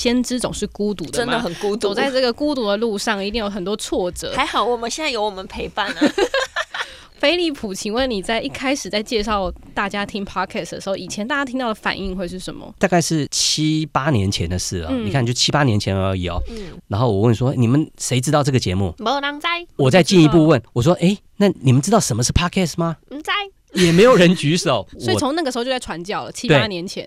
先知总是孤独的嘛， 真的很孤独， 走在这个孤独的路上一定有很多挫折， 还好我们现在有我们陪伴啊。 飞利浦，请问你在一开始在介绍大家听 podcast 的时候，以前大家听到的反应会是什么？ 大概是7、8年前的事了，你看就7、8年前而已哦。然后我问说，你们谁知道这个节目？ 没人知。 我再进一步问，我说，那你们知道什么是 podcast 吗？ 不知。 也没有人举手。 所以从那个时候就在传教了，7、8年前。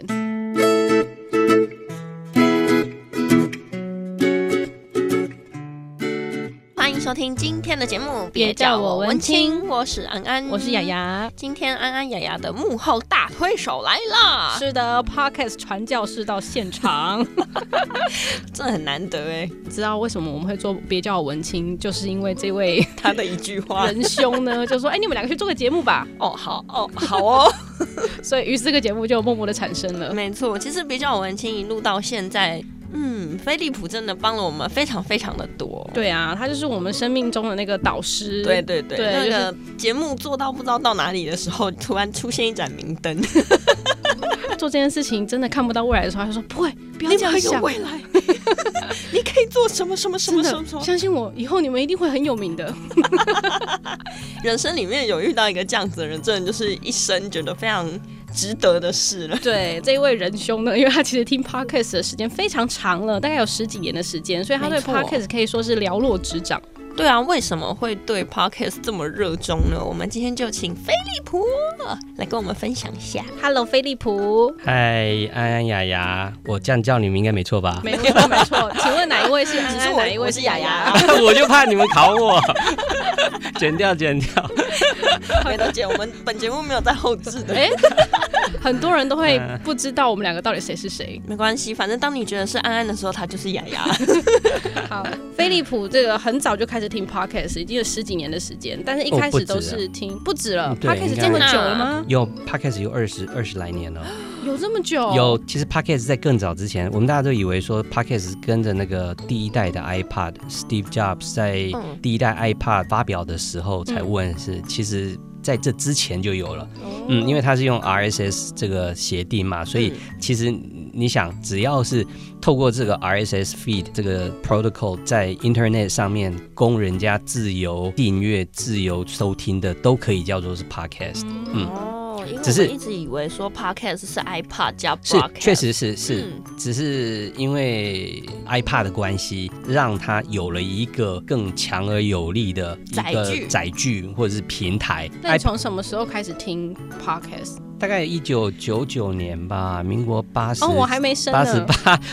欢迎收听今天的节目， 别叫我文青， 我是安安， 我是雅雅。 今天安安雅雅的幕后大推手来了。 是的 ，Podcast 传教士到现场， 这很难得哎。 知道为什么我们会做别叫我文青，就是因为这位他的一句话， 仁兄呢就说：“你们两个去做个节目吧。” 好哦。 所以于是这个节目就默默的产生了。 没错，其实别叫我文青一路到现在。飞利浦真的帮了我们非常非常的多。 对啊，他就是我们生命中的那个导师。 对，那个节目做到不知道到哪里的时候，突然出现一盏明灯。 做这件事情真的看不到未来的时候，他就说不会，不要这样想， 有未来，你可以做什么什么什么什么， 相信我，以后你们一定会很有名的。 人生里面有遇到一个这样子的人，真的就是一生觉得非常值得的事了。 对，这一位仁兄呢，因为他其实听 podcast 的时间非常长了，大概有10几年的时间，所以他对 podcast 可以说是了若指掌。 对啊，为什么会对 podcast 这么热衷呢？我们今天就请飞利浦来跟我们分享一下。 Hello， 飞利浦。 嗨，安安雅雅，我这样叫你们应该没错吧？ 没错，没错。请问哪一位是安安，哪一位是雅雅？ 我就怕你们考我，剪掉。 没得剪，我们本节目没有在后置的。 很多人都会不知道我们两个到底谁是谁。 没关系，反正当你觉得是安安的时候，他就是雅雅。 好，飞利浦这个很早就开始听 podcast， 已经有10几年的时间，但是一开始都是听，不止了。podcast 这么久了吗？ 有 podcast 有20来年了。 有这么久？ 有，其实 podcast 在更早之前，我们大家都以为说 podcast 跟着那个第一代的 iPod Steve Jobs 在第一代 iPod 发表的时候才问世，其实在这之前就有了。因为它是用 RSS 这个协定嘛，所以其实你想，只要是透过这个 RSS feed 这个 protocol 在 Internet 上面供人家自由订阅、自由收听的，都可以叫做是 podcast。 因为我们一直以为说 podcast 是 iPod 加 broadcast， 确实是，只是因为 iPod 的关系，让它有了一个更强而有力的一个载具或者是平台。 那你从什么时候开始听 podcast？ 大概1999年吧，民国80， 我还没生呢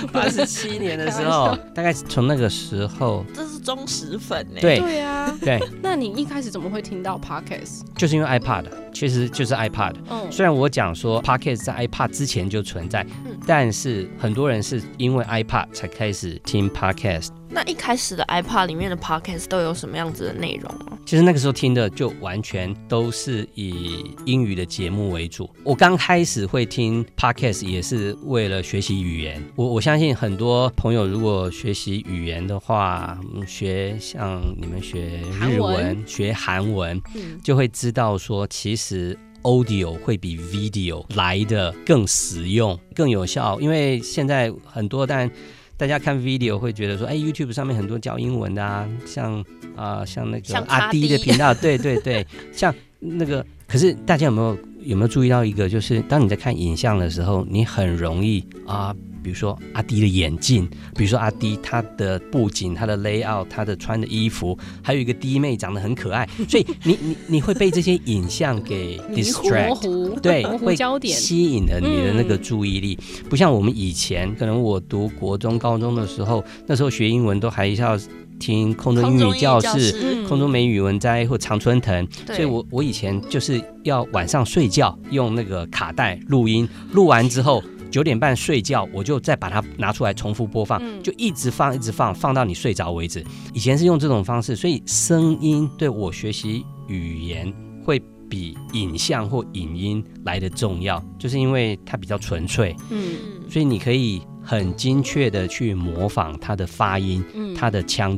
，87年的时候，大概从那个时候， 这是忠实粉欸。 对啊， 对。 那你一开始怎么会听到 podcast？ 就是因为 iPod， 确实就是 iPod。虽然我讲说 podcast 在 iPod 之前就存在，但是很多人是因为 iPod 才开始听 podcast。 那一开始的 iPod 里面的 podcast 都有什么样子的内容啊？ 其实那个时候听的就完全都是以英语的节目为主。我刚开始会听 podcast 也是为了学习语言。我相信很多朋友如果学习语言的话，像你们学日文、学韩文，就会知道说其实audio 会比 video 来的更实用、更有效，因为现在很多大家看 video 会觉得说，YouTube 上面很多教英文的啊，像那个阿滴的频道，对，像那个，可是大家有没有注意到一个，就是当你在看影像的时候，你很容易比如说阿滴的眼镜，比如说阿滴他的布景、他的 layout、他的穿的衣服，还有一个弟妹长得很可爱，所以你会被这些影像给 distract， 对，会吸引了你的那个注意力。不像我们以前，可能我读国中、高中的时候，那时候学英文都还要听空中英语教室、空中美语文摘或常春藤，所以我以前就是要晚上睡觉用那个卡带录音，录完之后9点半睡觉，我就再把它拿出来重复播放，就一直放到你睡着为止。以前是用这种方式，所以声音对我学习语言会比影像或影音来的重要，就是因为它比较纯粹，所以你可以很精确的去模仿它的发音、它的腔调，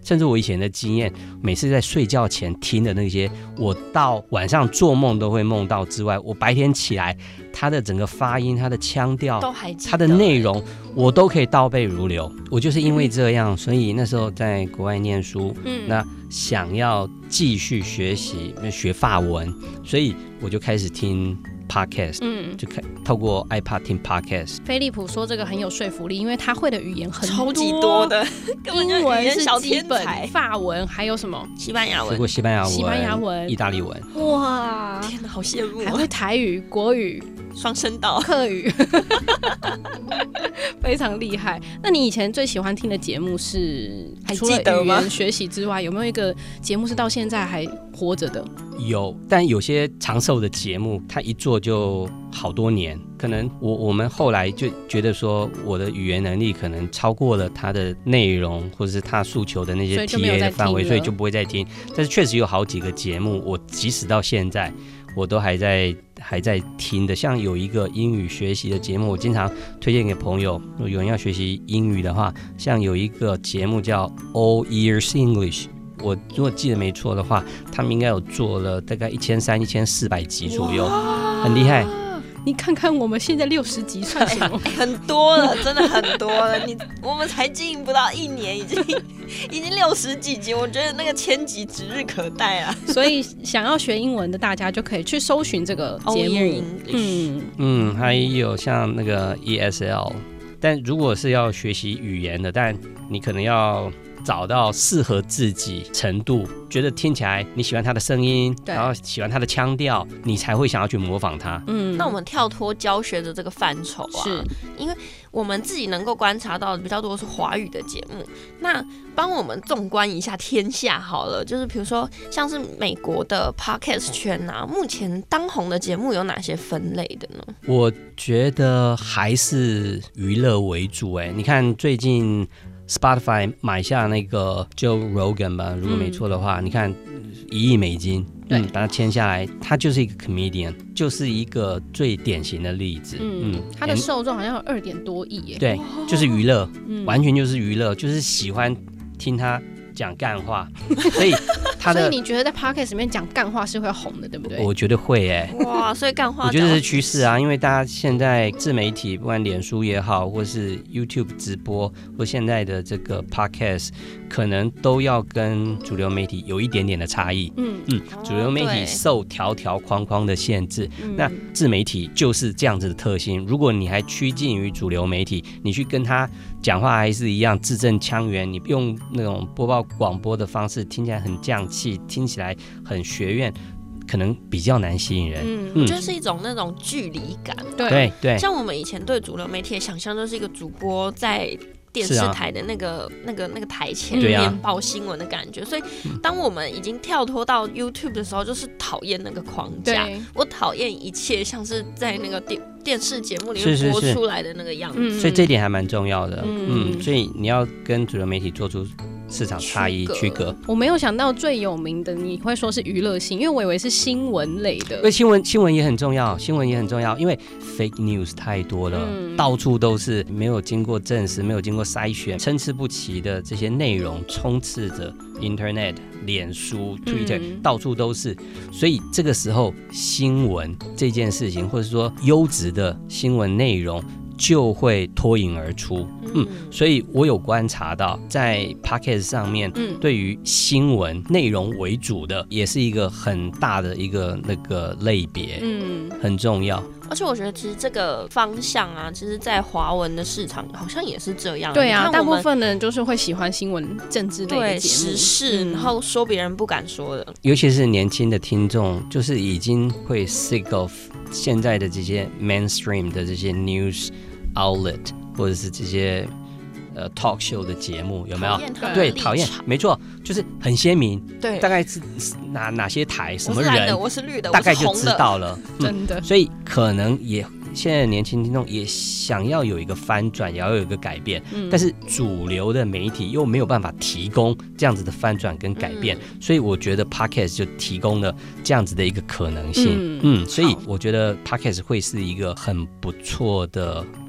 甚至我以前的经验，每次在睡觉前听的那些，我到晚上做梦都会梦到之外，我白天起来，它的整个发音、它的腔调、它的内容，我都可以倒背如流。我就是因为这样，所以那时候在国外念书，那想要继续学法文，所以我就开始听podcast，就透过 iPad 听 podcast。 飞利浦说这个很有说服力，因为他会的语言很多， 超级多的， 英文是基本，法文还有什么？ 西班牙文， 学过西班牙文、意大利文。 哇，天哪，好羡慕！ 还会台语、国语、 双声道、 客语，非常厉害。那你以前最喜欢听的节目是？除了语言学习之外，有没有一个节目是到现在还活着的？ 有，但有些长寿的节目，它一做就好多年。可能我们后来就觉得说，我的语言能力可能超过了它的内容，或者是它诉求的那些 TA 的范围，所以就不会再听。但是确实有好几个节目，我即使到现在，我都还在听的。像有一个英语学习的节目，我经常推荐给朋友，如果有人要学习英语的话，像有一个节目叫 All Ears English。我如果记得没错的话，他们应该有做了大概1300、1400集左右，很厉害。 你看看我们现在60集算什么？ 很多了，真的很多了。我们才经营不到1年，已经60几集，我觉得那个1000集指日可待啊。 所以想要学英文的大家就可以去搜寻这个节目。 还有像那个 ESL， 但如果是要学习语言的，但你可能要找到适合自己程度，觉得听起来你喜欢他的声音，然后喜欢他的腔调，你才会想要去模仿他。 那我们跳脱教学的这个范畴啊，是因为我们自己能够观察到的比较多是华语的节目。那帮我们纵观一下天下好了，就是比如说像是美国的 podcast 圈啊，目前当红的节目有哪些分类的呢？ 我觉得还是娱乐为主。你看最近Spotify 买下那个 Joe Rogan 吧，如果没错的话，你看$1亿美金，把它签下来，他就是一个 comedian， 就是一个最典型的例子。 他的受众好像有2.多亿耶。 对，就是娱乐，完全就是娱乐，就是喜欢听他讲干话，所以所以你觉得在 podcast 里面讲干话是会红的，对不对？ 我觉得会哇，所以干话我觉得是趋势啊，因为大家现在自媒体，不管脸书也好，或是 YouTube 直播，或现在的这个 podcast， 可能都要跟主流媒体有一点点的差异。主流媒体受条条框框的限制，那自媒体就是这样子的特性。如果你还趋近于主流媒体，你去跟他讲话还是一样字正腔圆，你用那种播报广播的方式，听起来很降气，听起来很学院，可能比较难吸引人。 我觉得是一种那种距离感。 对， 像我们以前对主流媒体的想象，就是一个主播在电视台的那个台前面报新闻的感觉。所以当我们已经跳脱到 YouTube 的时候，就是讨厌那个框架。我讨厌一切像是在那个电视节目里面播出来的那个样子。 所以这一点还蛮重要的。所以你要跟主流媒体做出市场差异区隔。 我没有想到最有名的你会说是娱乐性，因为我以为是新闻类的。 因为新闻也很重要，因为 fake news 太多了，到处都是没有经过证实、没有经过筛选、参差不齐的这些内容，充斥着 Internet、脸书、Twitter，到处都是。所以这个时候，新闻这件事情，或者说优质的新闻内容，就会脱颖而出。所以我有观察到，在 Podcast 上面，对于新闻内容为主的，也是一个很大的一个那个类别，很重要。 而且我觉得其实这个方向啊，其实在华文的市场好像也是这样。 对啊，大部分人就是会喜欢新闻政治类的节目， 时事，然后说别人不敢说的。 尤其是年轻的听众，就是已经会 sick of 现在的这些 mainstream 的这些 news outlet， 或者是这些talk show 的节目，有没有？对，讨厌，没错，就是很鲜明。对，大概是哪些台什么人， 我是绿的， 大概就知道了。 真的， 所以可能也现在的年轻听众也想要有一个翻转，也要有一个改变，但是主流的媒体又没有办法提供这样子的翻转跟改变，所以我觉得 Podcast 就提供了这样子的一个可能性。所以我觉得 Podcast 会是一个很不错的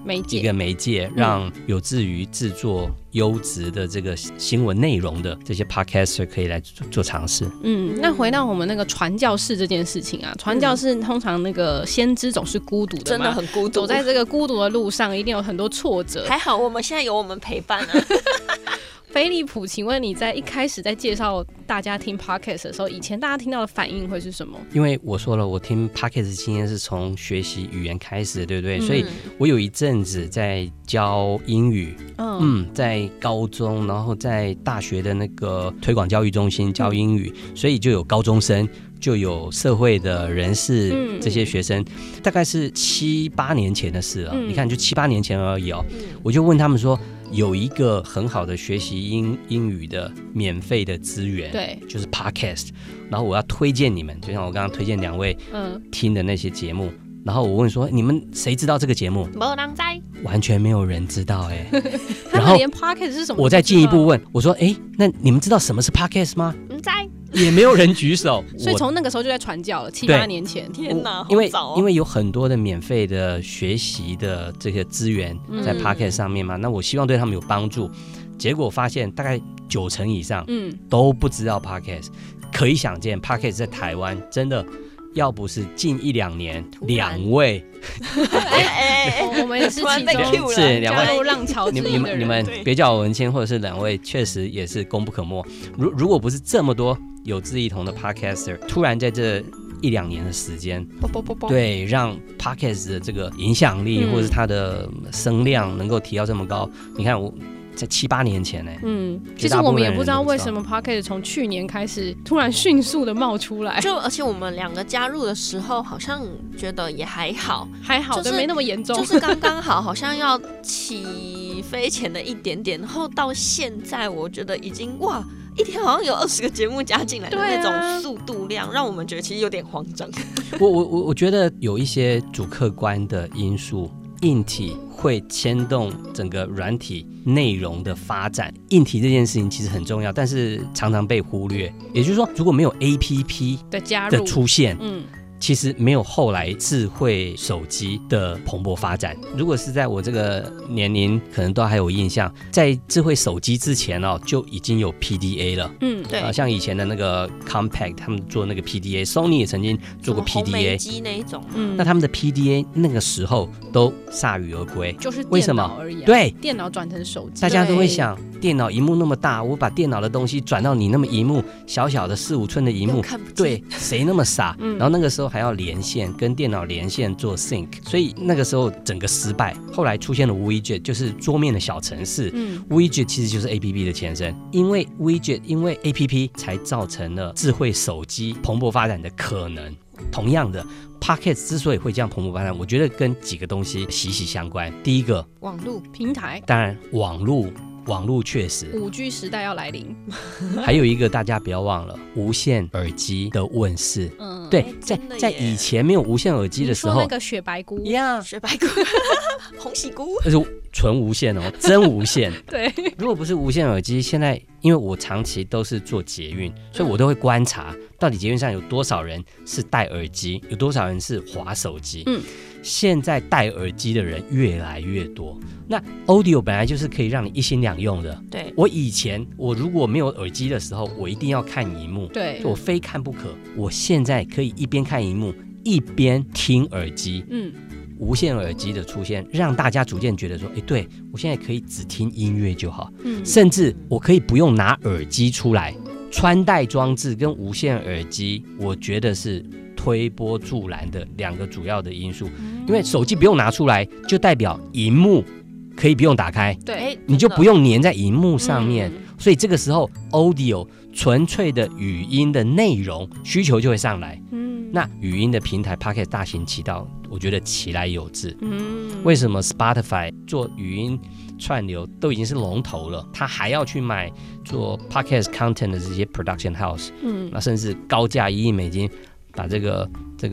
一个媒介，让有志于制作优质的这个新闻内容的这些 podcaster 可以来做尝试。 那回到我们那个传教士这件事情啊，传教士通常那个先知总是孤独的嘛， 真的很孤独， 走在这个孤独的路上，一定有很多挫折。 还好我们现在有我们陪伴啊。 飞利浦，请问你在一开始在介绍大家听 podcast 的时候，以前大家听到的反应会是什么？ 因为我说了，我听 podcast 经验是从学习语言开始，对不对？所以我有一阵子在教英语，在高中，然后在大学的那个推广教育中心教英语，所以就有高中生，就有社会的人士，这些学生，大概是7、8年前的事了。你看，就7、8年前而已哦。我就问他们说，有一个很好的学习英语的免费的资源， 对， 就是 podcast。然后我要推荐你们，就像我刚刚推荐2位听的那些节目。然后我问说，你们谁知道这个节目？ 没人知， 完全没有人知道哎。 他们连 podcast 是什么？ 我再进一步问，我说，那你们知道什么是 podcast 吗？ 不知。 也没有人举手， 所以从那个时候就在传教了，7、8年前。 天哪， 因为有很多的免费的学习的这个资源在 podcast 上面嘛，那我希望对他们有帮助。结果发现大概90%以上都不知道 podcast。可以想见 podcast 在台湾真的要不是近1、2年2位， 我们也是其中是2位浪潮之一的人。 你们别叫我文谦，或者是2位，确实也是功不可没。如果不是这么多有志一同的 podcaster 突然在这1、2年的时间，对，让 podcast 的这个影响力或者是它的声量能够提到这么高，你看我。在7、8年前呢， 其实我们也不知道为什么 podcast 从去年开始突然迅速的冒出来， 而且我们2个加入的时候，好像觉得也还好， 就是没那么严重， 就是刚刚好，好像要起飞前的一点点，然后到现在，我觉得已经一天好像有20个节目加进来的那种速度量，让我们觉得其实有点慌张。 我觉得有一些主客观的因素。硬体会牵动整个软体内容的发展，硬体这件事情其实很重要，但是常常被忽略。也就是说，如果没有 APP 的出现，其实没有后来智慧手机的蓬勃发展。如果是在我这个年龄，可能都还有印象，在智慧手机之前就已经有 PDA 了。 对， 像以前的那个 Compaq 他们做那个 PDA，Sony 也曾经做过 PDA， 红莓机那一种。 那他们的 PDA 那个时候都铩羽而归， 就是电脑而已。 对， 电脑转成手机， 大家都会想，电脑萤幕那么大，我把电脑的东西转到你那么萤幕小小的4、5寸的萤幕，对，谁那么傻？然后那个时候还要连线，跟电脑连线做 sync， 所以那个时候整个失败。后来出现了 widget， 就是桌面的小程式。widget 其实就是 APP 的前身，因为 widget， 因为 APP 才造成了智慧手机蓬勃发展的可能。同样的 Podcast 之所以会这样蓬勃发展，我觉得跟几个东西息息相关。第一个， 网络平台， 当然网络确实 5G 时代要来临。 还有一个大家不要忘了，无线耳机的问世。对，在以前没有无线耳机的时候， 你说那个雪白菇雪白菇红喜菇， 那是纯无线真无线。 对， 如果不是无线耳机，现在因为我长期都是做捷运，所以我都会观察到底捷运上有多少人是戴耳机，有多少人是滑手机。现在戴耳机的人越来越多。那 Audio 本来就是可以让你一心2用的。 对， 我以前我如果没有耳机的时候，我一定要看萤幕， 对， 我非看不可。我现在可以一边看萤幕一边听耳机。无线耳机的出现，让大家逐渐觉得说，对，我现在可以只听音乐就好，甚至我可以不用拿耳机出来。穿戴装置跟无线耳机，我觉得是推波助澜的2个主要的因素。因为手机不用拿出来，就代表萤幕可以不用打开， 对， 你就不用粘在萤幕上面。所以这个时候 Audio 纯粹的语音的内容需求就会上来。那语音的平台 Podcast 大行其道，我觉得其来有自。为什么 Spotify 做语音串流都已经是龙头了，他还要去买做 Podcast content 的这些 production house，那甚至高价1亿美金把这个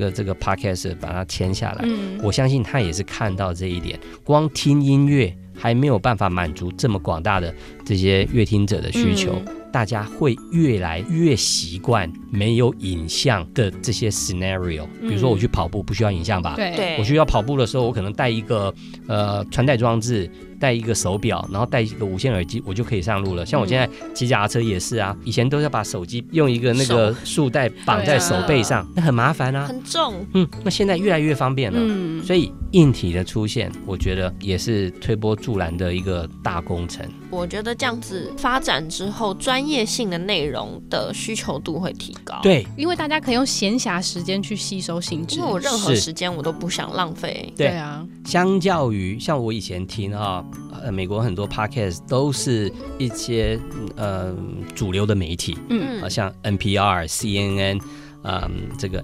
Podcast 把它签下来。我相信他也是看到这一点，光听音乐还没有办法满足这么广大的这些乐听者的需求。 大家会越来越习惯没有影像的这些 scenario。比如说我去跑步不需要影像吧？ 对， 我需要跑步的时候，我可能带一个穿戴装置，带一个手表，然后带一个无线耳机，我就可以上路了。像我现在骑脚踏车也是啊，以前都要把手机用一个那个束带绑在手背上，那很麻烦啊， 很重。 那现在越来越方便了。所以硬体的出现，我觉得也是推波助澜的一个大工程。 我觉得这样子发展之后，专业性的内容的需求度会提高。 对， 因为大家可以用闲暇时间去吸收新知， 因为我任何时间我都不想浪费。 对啊， 相较于像我以前听美国很多 podcast 都是一些主流的媒体，像 NPR、CNN、这个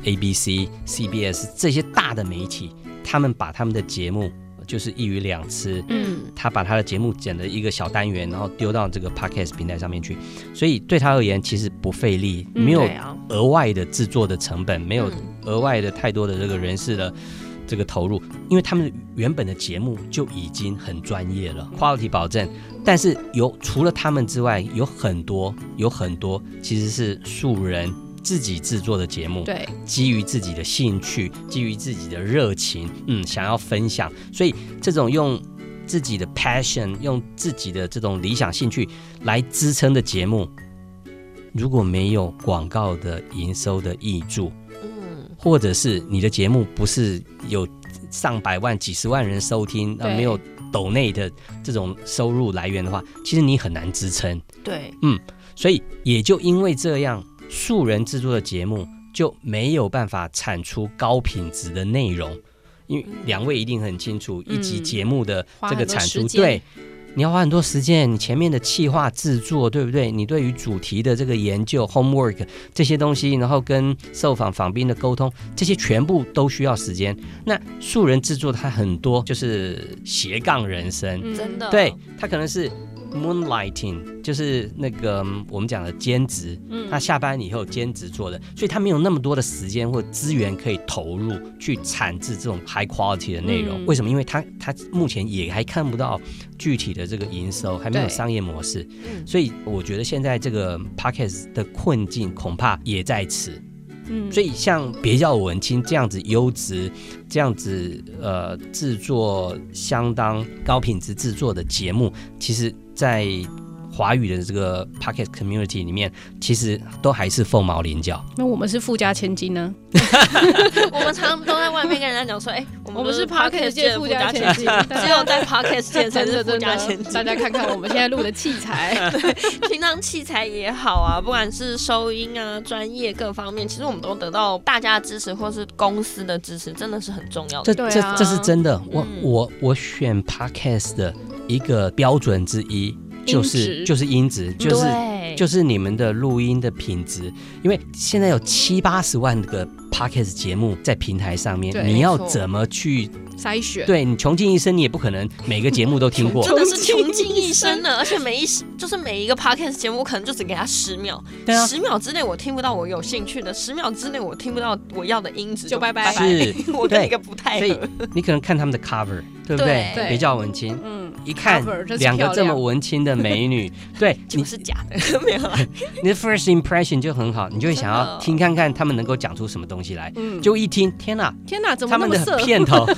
ABC、CBS 这些大的媒体，他们把他们的节目就是一鱼两吃，他把他的节目剪了一个小单元，然后丢到这个 podcast 平台上面去，所以对他而言其实不费力，没有额外的制作的成本，没有额外的太多的这个人事的这个投入，因为他们原本的节目就已经很专业了 ，quality 保证。但是除了他们之外，有很多其实是素人自己制作的节目， 对， 基于自己的兴趣，基于自己的热情，想要分享，所以这种用自己的 passion， 用自己的这种理想兴趣来支撑的节目，如果没有广告的营收的挹注，或者是你的节目不是有上百万、几十万人收听，没有抖内的这种收入来源的话，其实你很难支撑。 对， 所以也就因为这样，素人制作的节目就没有办法产出高品质的内容，因为两位一定很清楚，一集节目的这个产出，对，你要花很多时间，你前面的企划制作，对不对？你对于主题的这个研究 homework 这些东西，然后跟受访访宾的沟通，这些全部都需要时间。那素人制作它很多就是斜杠人生， 真的， 对，它可能是moonlighting， 就是那个我们讲的兼职，他下班以后兼职做的，所以他没有那么多的时间或资源可以投入去产制这种 high quality 的内容。为什么？因为他目前也还看不到具体的这个营收，还没有商业模式，所以我觉得现在这个 podcast 的困境恐怕也在此。所以像别叫我文青这样子优质、这样子制作相当高品质制作的节目，其实在华语的这个 podcast community 里面，其实都还是凤毛麟角。 那我们是富家千金呢？ 我们常常都在外面跟人家讲说，我们是 podcast 界的富家千金，只有在 podcast 界才是富家千金。 大家看看我们现在录的器材， 对，平常器材也好啊，不管是收音啊、专业各方面，其实我们都得到大家的支持，或是公司的支持，真的是很重要的。 这是真的。我选 podcast 的一个标准之一。就是音质，就是你们的录音的品质，因为现在有70-80万个 podcast 节目在平台上面，你要怎么去筛选？ 对，你穷尽一生，你也不可能每个节目都听过， 真的是穷尽一生了。而且每一个 podcast 节目，我可能就只给他10秒，10秒之内我听不到我有兴趣的，10秒之内我听不到我要的音质， 就拜拜。 是， 我跟一个不太合。 所以你可能看他们的 cover， 对不对？别叫文青，一看两个这么文青的美女，对， 你是假的，没有啦。 你的 first impression 就很好，你就会想要听看看他们能够讲出什么东西来。就一听，天哪， 怎么那么色？ 他们的片头，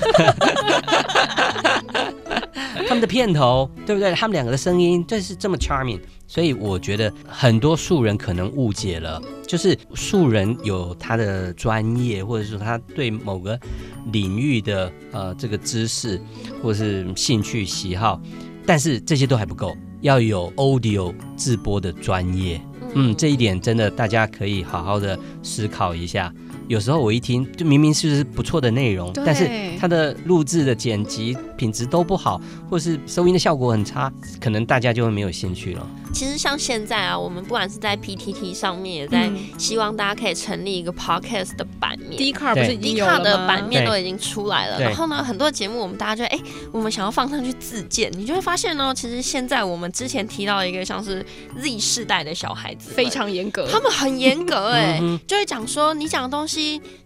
他们的片头，对不对？他们两个的声音，这是这么 charming， 所以我觉得很多素人可能误解了，就是素人有他的专业，或者说他对某个领域的这个知识或是兴趣喜好，但是这些都还不够，要有 audio 制播的专业。这一点真的大家可以好好的思考一下。有时候我一听，就明明是不错的内容，但是它的录制的剪辑品质都不好，或是收音的效果很差，可能大家就会没有兴趣了。 其实像现在啊，我们不管是在 PTT 上面，也在希望大家可以成立一个 podcast 的版面。 Dcard 不是已经有了吗？ Dcard 的版面都已经出来了。然后呢，很多节目我们大家就我们想要放上去自荐，你就会发现呢，其实现在我们之前提到一个像是 Z 世代的小孩子， 非常严格， 他们很严格就会讲说你讲的东西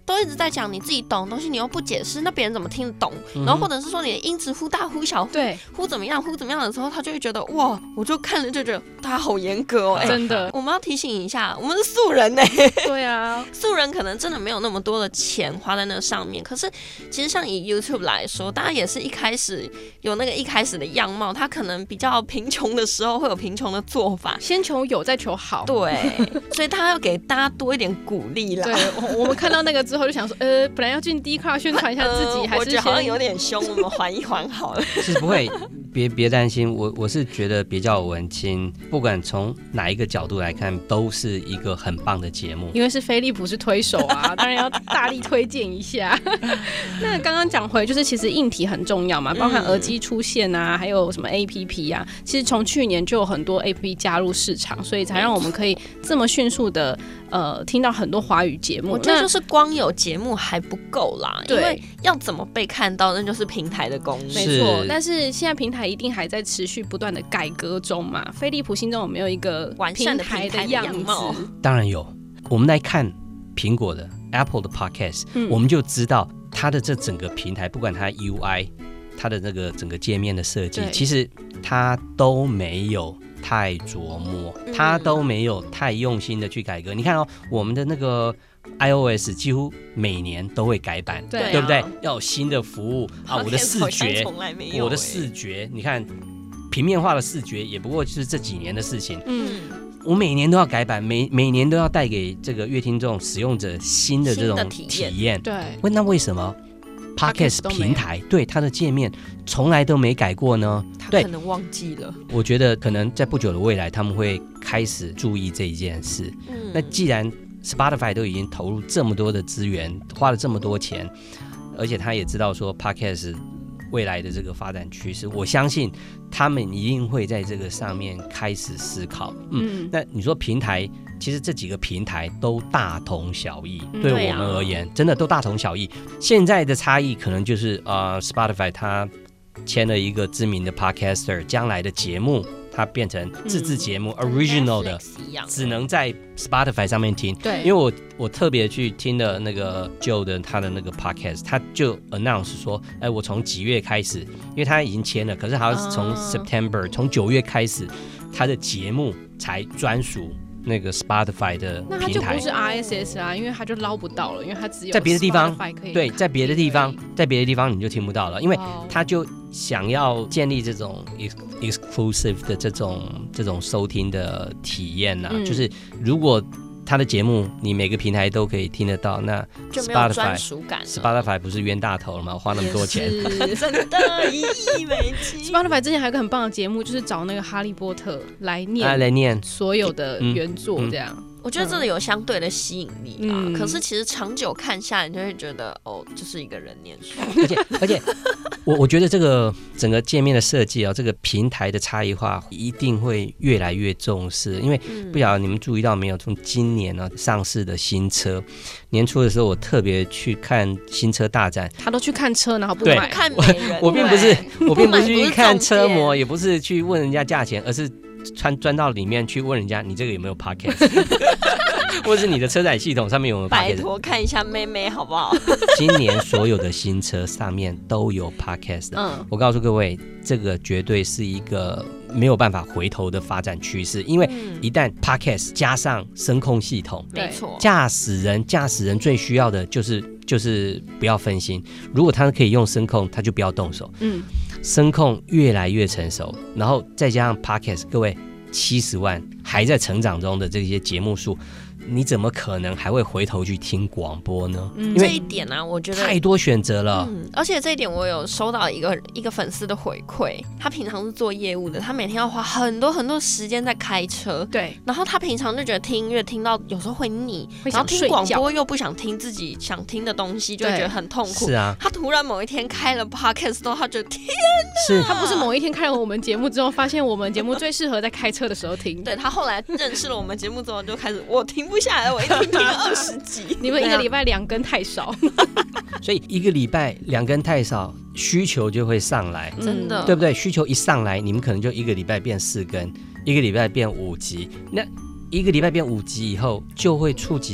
都一直在讲你自己懂的东西，你又不解释，那别人怎么听得懂？然后或者是说你的音质忽大忽小， 对， 忽怎么样的时候，他就会觉得哇，我就看了就觉得他好严格哦， 真的。 我们要提醒一下，我们是素人对啊， 素人可能真的没有那么多的钱花在那上面。可是其实像以 YouTube 来说，大家也是一开始有那个一开始的样貌，他可能比较贫穷的时候会有贫穷的做法， 先求有再求好。 对，所以他要给大家多一点鼓励啦。 对，我们看到那个之后就想说，本来要进 Dcard 宣传一下自己，还是我觉得好像有点凶，我们缓一缓好了。 是不会，别担心，我是觉得别叫我文青，不管从哪一个角度来看，都是一个很棒的节目。 因为是飞利浦是推手啊，当然要大力推荐一下。那刚刚讲回，就是其实硬体很重要嘛，包含耳机出现啊，还有什么 APP 啊，其实从去年就有很多 APP 加入市场，所以才让我们可以这么迅速的听到很多华语节目。 我觉得就是光有节目还不够啦，因为要怎么被看到，那就是平台的功能。 没错，但是现在平台一定还在持续不断的改革中嘛。飞利浦心中有没有一个完善的平台的样子？ 当然有。我们来看苹果的 Apple 的 Podcast，我们就知道它的这整个平台，不管它 UI， 它的那个整个界面的设计，其实它都没有太琢磨，它都没有太用心的去改革。你看哦，我们的那个 iOS 几乎每年都会改版，对不对？要有新的服务啊！我的视觉，你看平面化的视觉，也不过就是这几年的事情。我每年都要改版，每年都要带给这个乐听众、使用者新的这种体验。 对， 那为什么 Podcast 平台对它的界面从来都没改过呢？ 他可能忘记了。 我觉得可能在不久的未来，他们会开始注意这一件事。那既然 Spotify 都已经投入这么多的资源，花了这么多钱，而且他也知道说 Podcast 未来的这个发展趋势，我相信他们一定会在这个上面开始思考。那你说平台，其实这几个平台都大同小异，对我们而言，真的都大同小异。现在的差异可能就是Spotify 它签了一个知名的 podcaster， 将来的节目它变成自制节目original 的，只能在 Spotify 上面听。 对， 因为我特别去听了那个 Joe 的他的那个 podcast， 他就 announce 说，我从几月开始，因为他已经签了，可是好像是从 September， 从9月开始，他的节目才专属那个 Spotify 的平台。 那他就不是 RSS 啊，因为他就捞不到了，因为他只有在别的地方可以。 对，在别的地方你就听不到了，因为他就想要建立这种 exclusive 的这种收听的体验啊，就是如果他的节目你每个平台都可以听得到，那 Spotify 就没有专属感了。 Spotify 不是冤大头了吗？花那么多钱， 真的1亿美金。 Spotify 之前还有一个很棒的节目，就是找那个哈利波特来念所有的原作，这样。 我觉得这里有相对的吸引力啊，可是其实长久看下来，你就会觉得就是一个人念书。 而且我觉得这个整个界面的设计这个平台的差异化一定会越来越重视，因为不晓得你们注意到没有，从今年上市的新车，年初的时候我特别去看新车大展， 他都去看车，然后不买， 看美人。 我并不是去看车模，也不是去问人家价钱，而是钻到里面去问人家，你这个有没有 podcast， 或者是你的车载系统上面有没有 podcast？ 拜托看一下妹妹好不好？ 今年所有的新车上面都有 podcast 的。我告诉各位，这个绝对是一个没有办法回头的发展趋势，因为一旦 podcast 加上声控系统， 没错， 驾驶人最需要的就是不要分心。如果他可以用声控，他就不要动手。声控越来越成熟，然后再加上 podcast， 各位70万还在成长中的这些节目数，你怎么可能还会回头去听广播呢？因为这一点啊，我觉得太多选择了。 而且这一点我有收到一个粉丝的回馈，他平常是做业务的，他每天要花很多很多时间在开车。 对， 然后他平常就觉得听音乐听到有时候会腻，然后听广播又不想听自己想听的东西，就会觉得很痛苦。 是啊， 他突然某一天开了 podcast 之后，他觉得天哪！ 他不是某一天看了我们节目之后，发现我们节目最适合在开车的时候听。 对，他后来认识了我们节目之后，就开始我停不下来，我一听听了20集。 你们一个礼拜2更太少， 所以一个礼拜2更太少，需求就会上来， 真的， 对不对？需求一上来，你们可能就一个礼拜变4更，一个礼拜变5集，那一个礼拜变5集以后，就会触及到，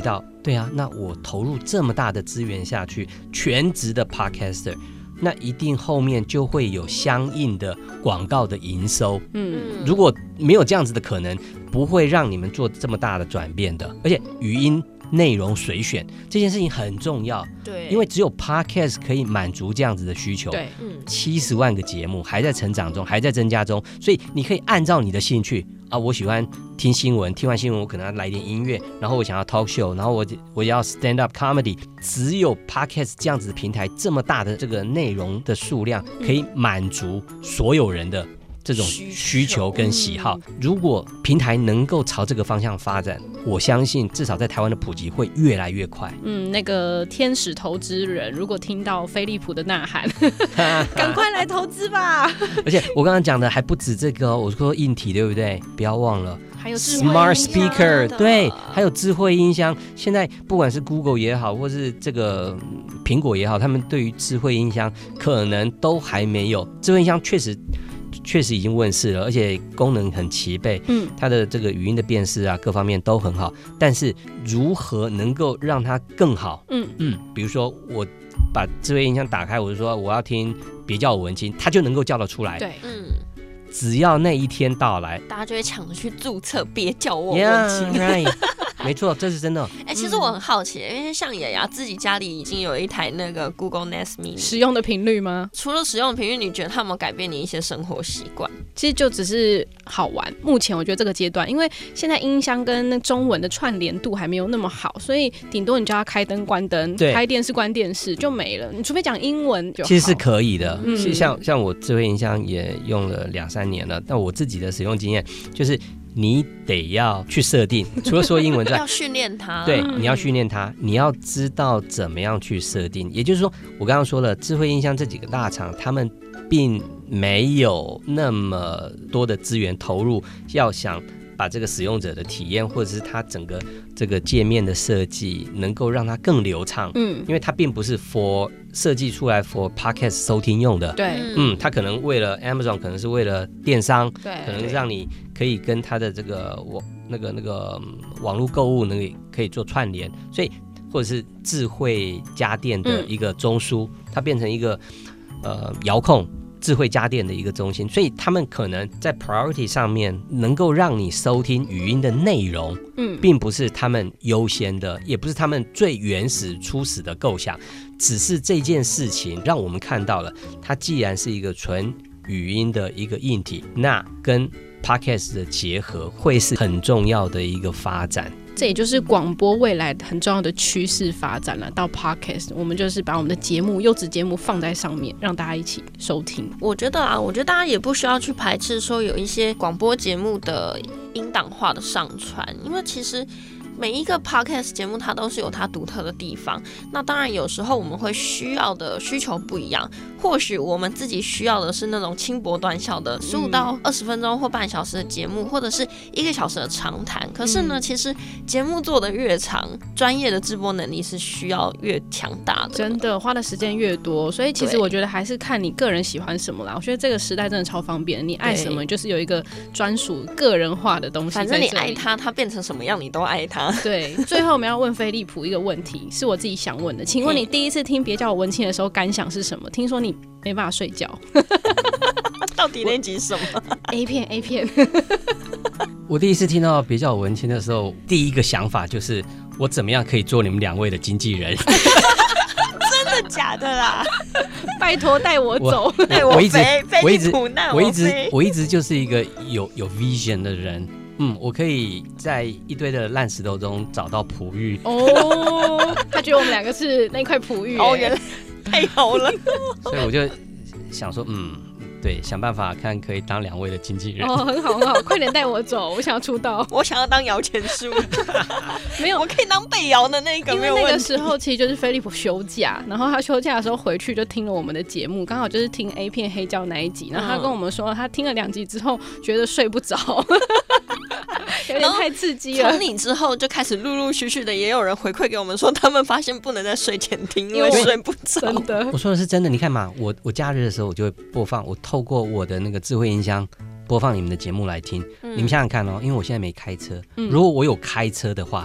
对啊，那我投入这么大的资源下去，全职的 podcaster， 那一定后面就会有相应的广告的营收。如果没有这样子的可能，不会让你们做这么大的转变的。而且语音内容随选这件事情很重要， 对， 因为只有 podcast 可以满足这样子的需求。 对 ，70万个节目还在成长中，还在增加中，所以你可以按照你的兴趣啊，我喜欢听新闻，听完新闻我可能要来点音乐，然后我想要 talk show， 然后我要 stand up comedy。只有 podcast 这样子的平台，这么大的这个内容的数量，可以满足所有人的这种需求跟喜好。如果平台能够朝这个方向发展，我相信至少在台湾的普及会越来越快。 那个天使投资人如果听到飞利浦的呐喊，赶快来投资吧。 而且我刚刚讲的还不止这个我说硬体对不对？不要忘了还有 Smart Speaker， 对，还有智慧音箱。现在不管是 Google 也好，或是这个苹果也好，他们对于智慧音箱可能都还没有。智慧音箱确实已经问世了，而且功能很齐备，它的这个语音的辨识啊，各方面都很好。但是如何能够让它更好？比如说我把智慧音箱打开，我就说我要听别叫我文青，它就能够叫得出来。 对， 只要那一天到来， 大家就会抢着去注册别叫我文青。 right 没错，这是真的。 其实我很好奇，因为像雅雅自己家里已经有一台那个 Google Nest Mini， 使用的频率吗？ 除了使用的频率，你觉得它有没有改变你一些生活习惯？ 其实就只是好玩。目前我觉得这个阶段，因为现在音箱跟那中文的串联度还没有那么好，所以顶多你就要开灯关灯，开电视关电视就没了。你除非讲英文就好。 其实是可以的。像我智慧音箱也用了2-3年了，但我自己的使用经验就是你得要去设定，除了说英文之外， 要训练它。 对，你要训练它，你要知道怎么样去设定。也就是说，我刚刚说了，智慧音箱这几个大厂，他们并没有那么多的资源投入，要想把这个使用者的体验，或者是它整个这个界面的设计，能够让它更流畅。因为它并不是 设计出来 for podcast 收听用的。 对， 它可能为了 Amazon， 可能是为了电商， 对， 可能让你可以跟它的这个网络购物可以做串联，所以或者是智慧家电的一个中枢，它变成一个遥控智慧家电的一个中心，所以他们可能在 priority 上面能够让你收听语音的内容，并不是他们优先的，也不是他们最原始初始的构想，只是这件事情让我们看到了，它既然是一个纯语音的一个硬体，那跟 podcast 的结合会是很重要的一个发展。 这也就是广播未来很重要的趋势发展了。到 podcast， 我们就是把我们的节目、优质节目放在上面，让大家一起收听。 我觉得大家也不需要去排斥说有一些广播节目的音档化的上传，因为其实每一个 podcast 节目它都是有它独特的地方。那当然有时候我们会需要的需求不一样，或许我们自己需要的是那种轻薄短小的15到20分钟或半小时的节目，或者是1个小时的长谈。可是呢，其实节目做得越长，专业的制播能力是需要越强大的， 真的花的时间越多。所以其实我觉得还是看你个人喜欢什么啦。我觉得这个时代真的超方便，你爱什么就是有一个专属个人化的东西在这里。 反正你爱它，它变成什么样你都爱它。 对，最后我们要问飞利浦一个问题，是我自己想问的，请问你第一次听别叫我文青的时候感想是什么？听说你没办法睡觉。 到底那集什么 A 片我第一次听到别叫我文青的时候，第一个想法就是我怎么样可以做你们2位的经纪人。 真的假的啦？ 拜托带我走， 带我飞，飞利浦带我飞。 我一直就是一个有 vision 的人。我可以在一堆的烂石头中找到璞玉。 他觉得我们2个是那块璞玉。 原来太好了。 所以我就想说，对，想办法看可以当2位的经纪人。 很好，快点带我走，我想要出道。 我想要当摇钱树。 没有， 我可以当被摇的那个， 因为那个时候其实就是飞利浦休假，然后他休假的时候回去就听了我们的节目，刚好就是听 A 片黑胶那一集，然后他跟我们说他听了2集之后觉得睡不着。有点太刺激了。 从你之后就开始陆陆续续的也有人回馈给我们说，他们发现不能在睡前听，因为睡不着。 真的， 我说的是真的。你看嘛，我假日的时候我就会播放，我透过我的那个智慧音箱播放你们的节目来听。你们想想看哦，因为我现在没开车，如果我有开车的话，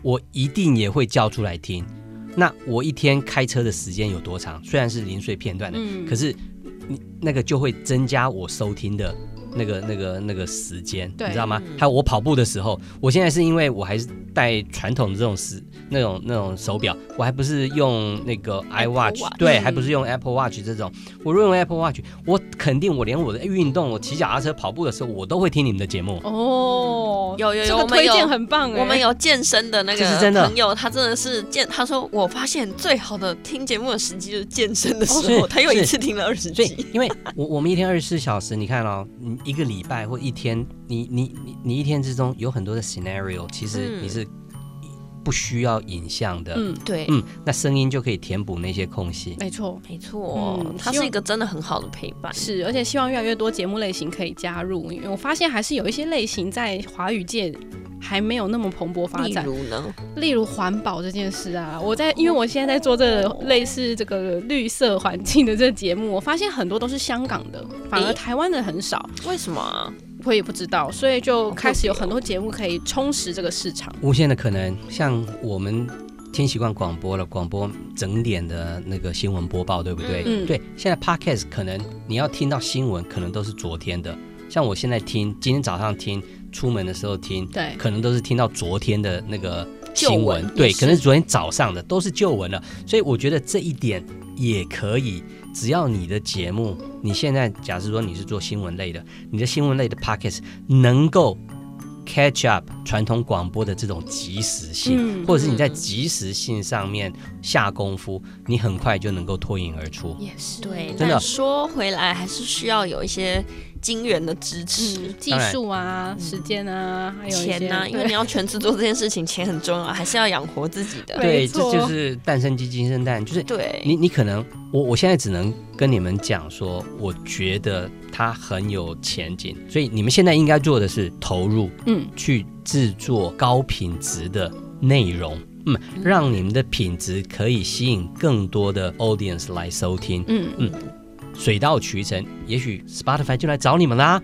我一定也会叫出来听。那我一天开车的时间有多长？虽然是零碎片段的，可是那个就会增加我收听的那个时间，你知道吗？还有我跑步的时候，我现在是因为我还是戴传统的这种那种手表，我还不是用那个 iWatch， 对，还不是用 Apple Watch 这种。我如果用 Apple Watch， 我肯定我连我的运动，我骑脚踏车、跑步的时候，我都会听你们的节目。 哦， 有， 这个推荐很棒。 我们有健身的那个朋友，他真的是他说我发现最好的听节目的时机就是健身的时候，他又一次听了20集。 因为我们一天24小时，你看哦，一个礼拜或一天，你一天之中有很多的 scenario， 其实你是不需要影像的， 对， 那声音就可以填补那些空隙。 没错， 它是一个真的很好的陪伴。 是，而且希望越来越多节目类型可以加入，因为我发现还是有一些类型在华语界还没有那么蓬勃发展。 例如呢？ 例如环保这件事啊，因为我现在在做这个类似这个绿色环境的这个节目，我发现很多都是香港的，反而台湾的很少。 为什么啊？ 我也不知道，所以就开始有很多节目可以充实这个市场。 无限的可能，像我们听习惯广播了，广播整点的那个新闻播报，对不对？对。现在 podcast 可能你要听到新闻，可能都是昨天的。像我现在听，今天早上听，出门的时候听，对，可能都是听到昨天的那个新闻，对，可能是昨天早上的，都是旧闻了。所以我觉得这一点也可以。只要你的节目，你现在假设说你是做新闻类的，你的新闻类的 podcast 能够 catch up 传统广播的这种即时性，或者是你在即时性上面下功夫，你很快就能够脱颖而出。 也是， 对，真的说回来，还是需要有一些金源的支持， 技术啊、时间啊，还有钱啊，因为你要全职做这件事情，钱很重要，还是要养活自己的。 对，这就是蛋生鸡，鸡生蛋，就是对你可能我现在只能跟你们讲说，我觉得它很有前景，所以你们现在应该做的是投入，去制作高品质的内容。让你们的品质可以吸引更多的 audience 来收听。水到渠成，也许 Spotify 就来找你们啦。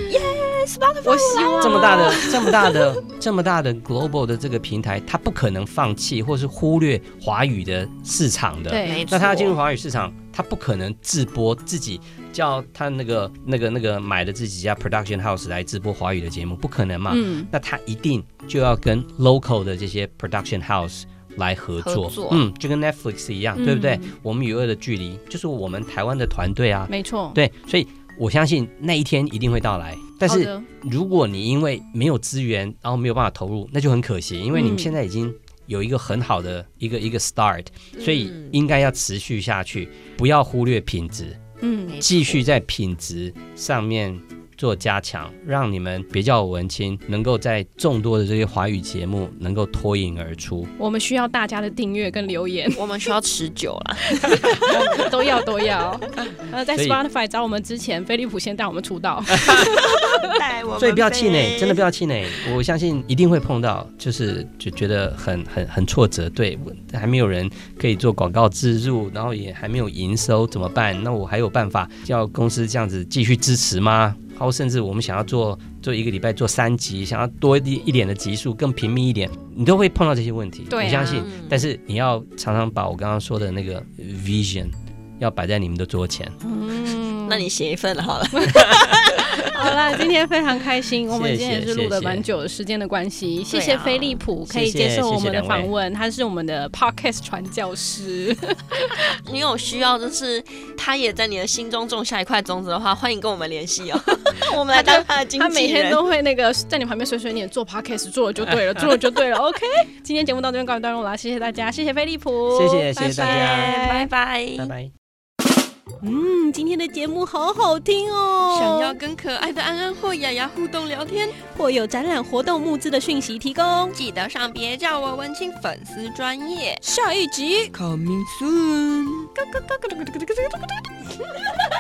Spotify， 我希望这么大的 global 的这个平台，它不可能放弃或是忽略华语的市场的。 对， 那他要进入华语市场，他不可能自播自己叫他那个买的自己家 production house 来直播华语的节目，不可能嘛。那他一定就要跟 local 的这些 production house。来合作，就跟 Netflix 一样，对不对？我们与恶的距离就是我们台湾的团队啊， 没错， 对，所以我相信那一天一定会到来。但是如果你因为没有资源，然后没有办法投入，那就很可惜，因为你们现在已经有一个很好的一个 start，所以应该要持续下去，不要忽略品质，继续在品质上面做加强，让你们别叫我文青能够在众多的这些华语节目能够脱颖而出。 我们需要大家的订阅跟留言， 我们需要持久啦都要在 Spotify 找我们之前，飞利浦先带我们出道所以不要气馁，真的不要气馁，我相信一定会碰到，就觉得很挫折，对，还没有人可以做广告植入，然后也还没有营收怎么办？那我还有办法叫公司这样子继续支持吗？或甚至我们想要做一个礼拜做3集，想要多一点的集数，更频密一点，你都会碰到这些问题。 对， 我相信。但是你要常常把我刚刚说的那个 vision 要摆在你们的桌前。 那你写一份好了。 好啦，今天非常开心，我们今天也是录了蛮久的时间的关系，谢谢飞利浦可以接受我们的访问，他是我们的 podcast 传教师。 你有需要就是他也在你的心中种下一块种子的话，欢迎跟我们联系哦。我们来当他的经纪人。 他每天都会在你旁边碎碎念，做 podcast 做了就对了，做了就对了。OK， 今天节目到这边告一段落啦，谢谢大家，谢谢飞利浦， 谢谢大家， 拜拜， 拜拜。 今天的节目好好听哦！ 想要跟可爱的安安或雅雅互动聊天， 或有展览活动募资的讯息提供， 记得上别叫我文青粉丝专页。 下一集 Coming soon。